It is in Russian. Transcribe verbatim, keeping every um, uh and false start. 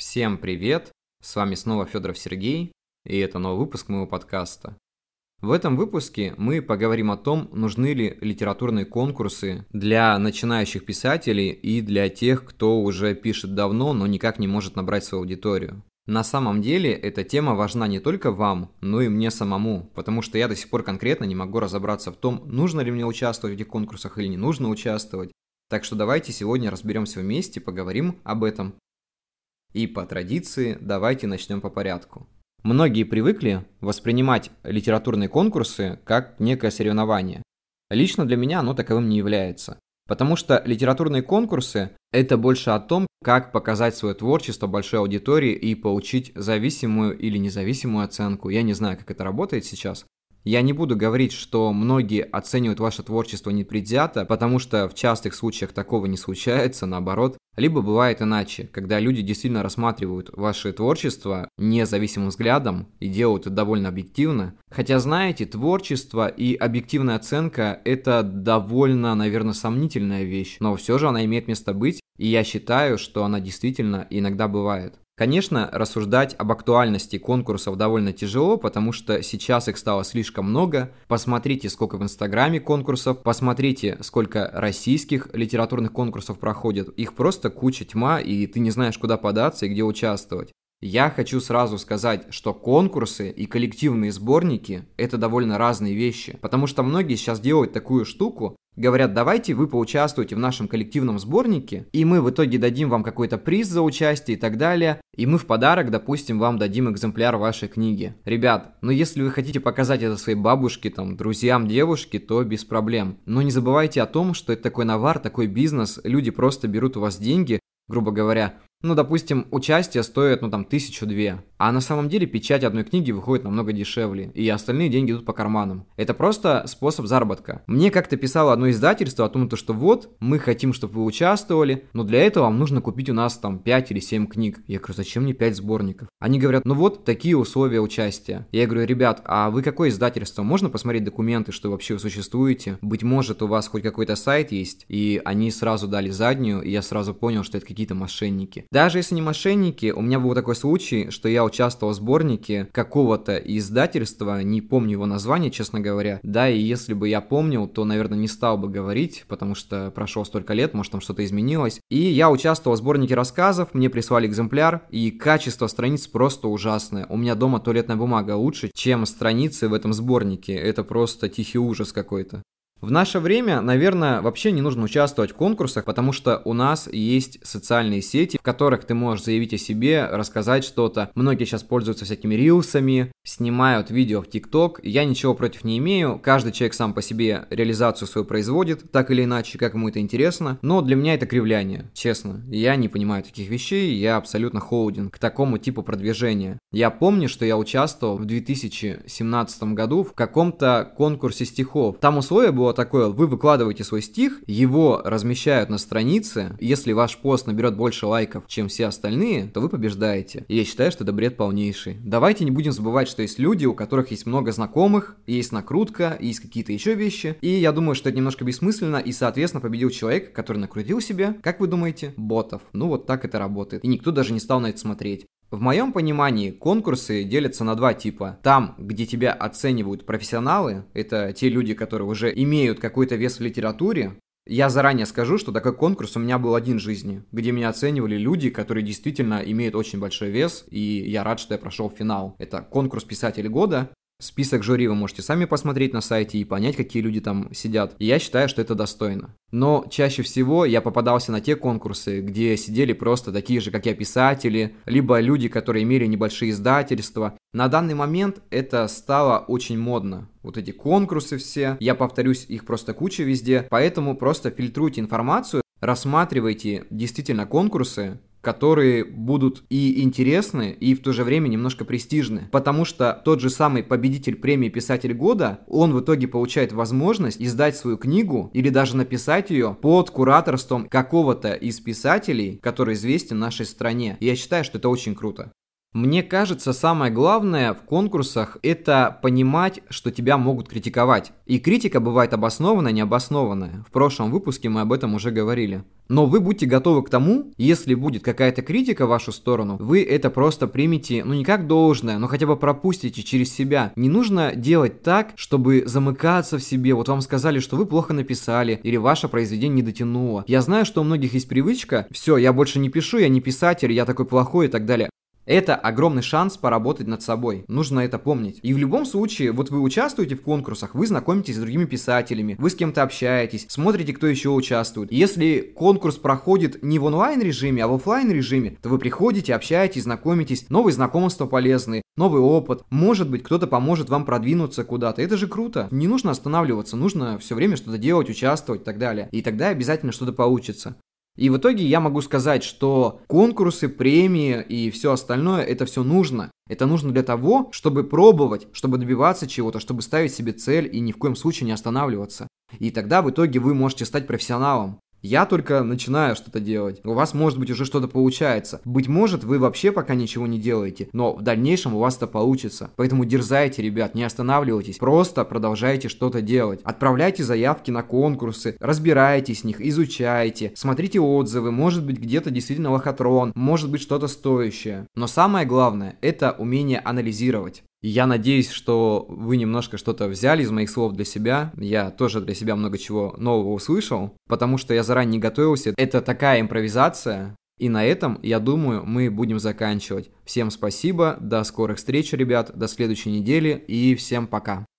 Всем привет! С вами снова Федоров Сергей, и это новый выпуск моего подкаста. В этом выпуске мы поговорим о том, нужны ли литературные конкурсы для начинающих писателей и для тех, кто уже пишет давно, но никак не может набрать свою аудиторию. На самом деле эта тема важна не только вам, но и мне самому, потому что я до сих пор конкретно не могу разобраться в том, нужно ли мне участвовать в этих конкурсах или не нужно участвовать. Так что давайте сегодня разберемся вместе, поговорим об этом. И по традиции давайте начнем по порядку. Многие привыкли воспринимать литературные конкурсы как некое соревнование. Лично для меня оно таковым не является. Потому что литературные конкурсы – это больше о том, как показать свое творчество большой аудитории и получить зависимую или независимую оценку. Я не знаю, как это работает сейчас. Я не буду говорить, что многие оценивают ваше творчество непредвзято, потому что в частых случаях такого не случается, наоборот. Либо бывает иначе, когда люди действительно рассматривают ваше творчество независимым взглядом и делают это довольно объективно. Хотя, знаете, творчество и объективная оценка – это довольно, наверное, сомнительная вещь, но все же она имеет место быть, и я считаю, что она действительно иногда бывает. Конечно, рассуждать об актуальности конкурсов довольно тяжело, потому что сейчас их стало слишком много. Посмотрите, сколько в Инстаграме конкурсов, посмотрите, сколько российских литературных конкурсов проходит. Их просто куча, тьма, и ты не знаешь, куда податься и где участвовать. Я хочу сразу сказать, что конкурсы и коллективные сборники – это довольно разные вещи, потому что многие сейчас делают такую штуку, говорят, давайте вы поучаствуете в нашем коллективном сборнике, и мы в итоге дадим вам какой-то приз за участие и так далее, и мы в подарок, допустим, вам дадим экземпляр вашей книги. Ребят, ну если вы хотите показать это своей бабушке, там, друзьям, девушке, то без проблем. Но не забывайте о том, что это такой навар, такой бизнес, люди просто берут у вас деньги, грубо говоря. Ну, допустим, участие стоит, ну, там, тысячу-две. А на самом деле печать одной книги выходит намного дешевле, и остальные деньги идут по карманам. Это просто способ заработка. Мне как-то писало одно издательство о том, что вот, мы хотим, чтобы вы участвовали, но для этого вам нужно купить у нас там пять или семь книг. Я говорю, зачем мне пять сборников? Они говорят, ну вот, такие условия участия. Я говорю, ребят, а вы какое издательство? Можно посмотреть документы, что вообще вы существуете? Быть может, у вас хоть какой-то сайт есть? И они сразу дали заднюю, и я сразу понял, что это какие-то мошенники. Даже если не мошенники, у меня был такой случай, что я участвовал в сборнике какого-то издательства, не помню его название, честно говоря. Да, и если бы я помнил, то, наверное, не стал бы говорить, потому что прошло столько лет, может, там что-то изменилось. И я участвовал в сборнике рассказов, мне прислали экземпляр, и качество страниц просто ужасное. У меня дома туалетная бумага лучше, чем страницы в этом сборнике. Это просто тихий ужас какой-то. В наше время, наверное, вообще не нужно участвовать в конкурсах, потому что у нас есть социальные сети, в которых ты можешь заявить о себе, рассказать что-то. Многие сейчас пользуются всякими рилсами, снимают видео в ТикТок. Я ничего против не имею. Каждый человек сам по себе реализацию свою производит, так или иначе, как ему это интересно. Но для меня это кривляние, честно. Я не понимаю таких вещей, я абсолютно холоден к такому типу продвижения. Я помню, что я участвовал в две тысячи семнадцатом году в каком-то конкурсе стихов. Там условие было такое, вы выкладываете свой стих, его размещают на странице, если ваш пост наберет больше лайков, чем все остальные, то вы побеждаете. И я считаю, что это бред полнейший. Давайте не будем забывать, что есть люди, у которых есть много знакомых, есть накрутка, есть какие-то еще вещи, и я думаю, что это немножко бессмысленно, и, соответственно, победил человек, который накрутил себе, как вы думаете, ботов. Ну вот так это работает. И никто даже не стал на это смотреть. В моем понимании конкурсы делятся на два типа. Там, где тебя оценивают профессионалы, это те люди, которые уже имеют какой-то вес в литературе. Я заранее скажу, что такой конкурс у меня был один в жизни, где меня оценивали люди, которые действительно имеют очень большой вес, и я рад, что я прошел финал. Это конкурс «Писатель года». Список жюри вы можете сами посмотреть на сайте и понять, какие люди там сидят. И я считаю, что это достойно. Но чаще всего я попадался на те конкурсы, где сидели просто такие же, как я, писатели, либо люди, которые имели небольшие издательства. На данный момент это стало очень модно. Вот эти конкурсы все, я повторюсь, их просто куча везде. Поэтому просто фильтруйте информацию, рассматривайте действительно конкурсы, которые будут и интересны, и в то же время немножко престижны. Потому что тот же самый победитель премии «Писатель года», он в итоге получает возможность издать свою книгу или даже написать ее под кураторством какого-то из писателей, который известен в нашей стране. И я считаю, что это очень круто. Мне кажется, самое главное в конкурсах – это понимать, что тебя могут критиковать. И критика бывает обоснованная, необоснованная. В прошлом выпуске мы об этом уже говорили. Но вы будьте готовы к тому, если будет какая-то критика в вашу сторону, вы это просто примите, ну не как должное, но хотя бы пропустите через себя. Не нужно делать так, чтобы замыкаться в себе. Вот вам сказали, что вы плохо написали, или ваше произведение не дотянуло. Я знаю, что у многих есть привычка: все, я больше не пишу, я не писатель, я такой плохой и так далее. Это огромный шанс поработать над собой. Нужно это помнить. И в любом случае, вот вы участвуете в конкурсах, вы знакомитесь с другими писателями, вы с кем-то общаетесь, смотрите, кто еще участвует. Если конкурс проходит не в онлайн-режиме, а в офлайн-режиме, то вы приходите, общаетесь, знакомитесь, новые знакомства полезные, новый опыт. Может быть, кто-то поможет вам продвинуться куда-то. Это же круто. Не нужно останавливаться, нужно все время что-то делать, участвовать и так далее. И тогда обязательно что-то получится. И в итоге я могу сказать, что конкурсы, премии и все остальное, это все нужно. Это нужно для того, чтобы пробовать, чтобы добиваться чего-то, чтобы ставить себе цель и ни в коем случае не останавливаться. И тогда в итоге вы можете стать профессионалом. Я только начинаю что-то делать. У вас, может быть, уже что-то получается. Быть может, вы вообще пока ничего не делаете, но в дальнейшем у вас это получится. Поэтому дерзайте, ребят, не останавливайтесь. Просто продолжайте что-то делать. Отправляйте заявки на конкурсы, разбирайтесь в них, изучайте, смотрите отзывы. Может быть, где-то действительно лохотрон, может быть, что-то стоящее. Но самое главное – это умение анализировать. И я надеюсь, что вы немножко что-то взяли из моих слов для себя. Я тоже для себя много чего нового услышал, потому что я заранее не готовился. Это такая импровизация. И на этом, я думаю, мы будем заканчивать. Всем спасибо, до скорых встреч, ребят, до следующей недели и всем пока.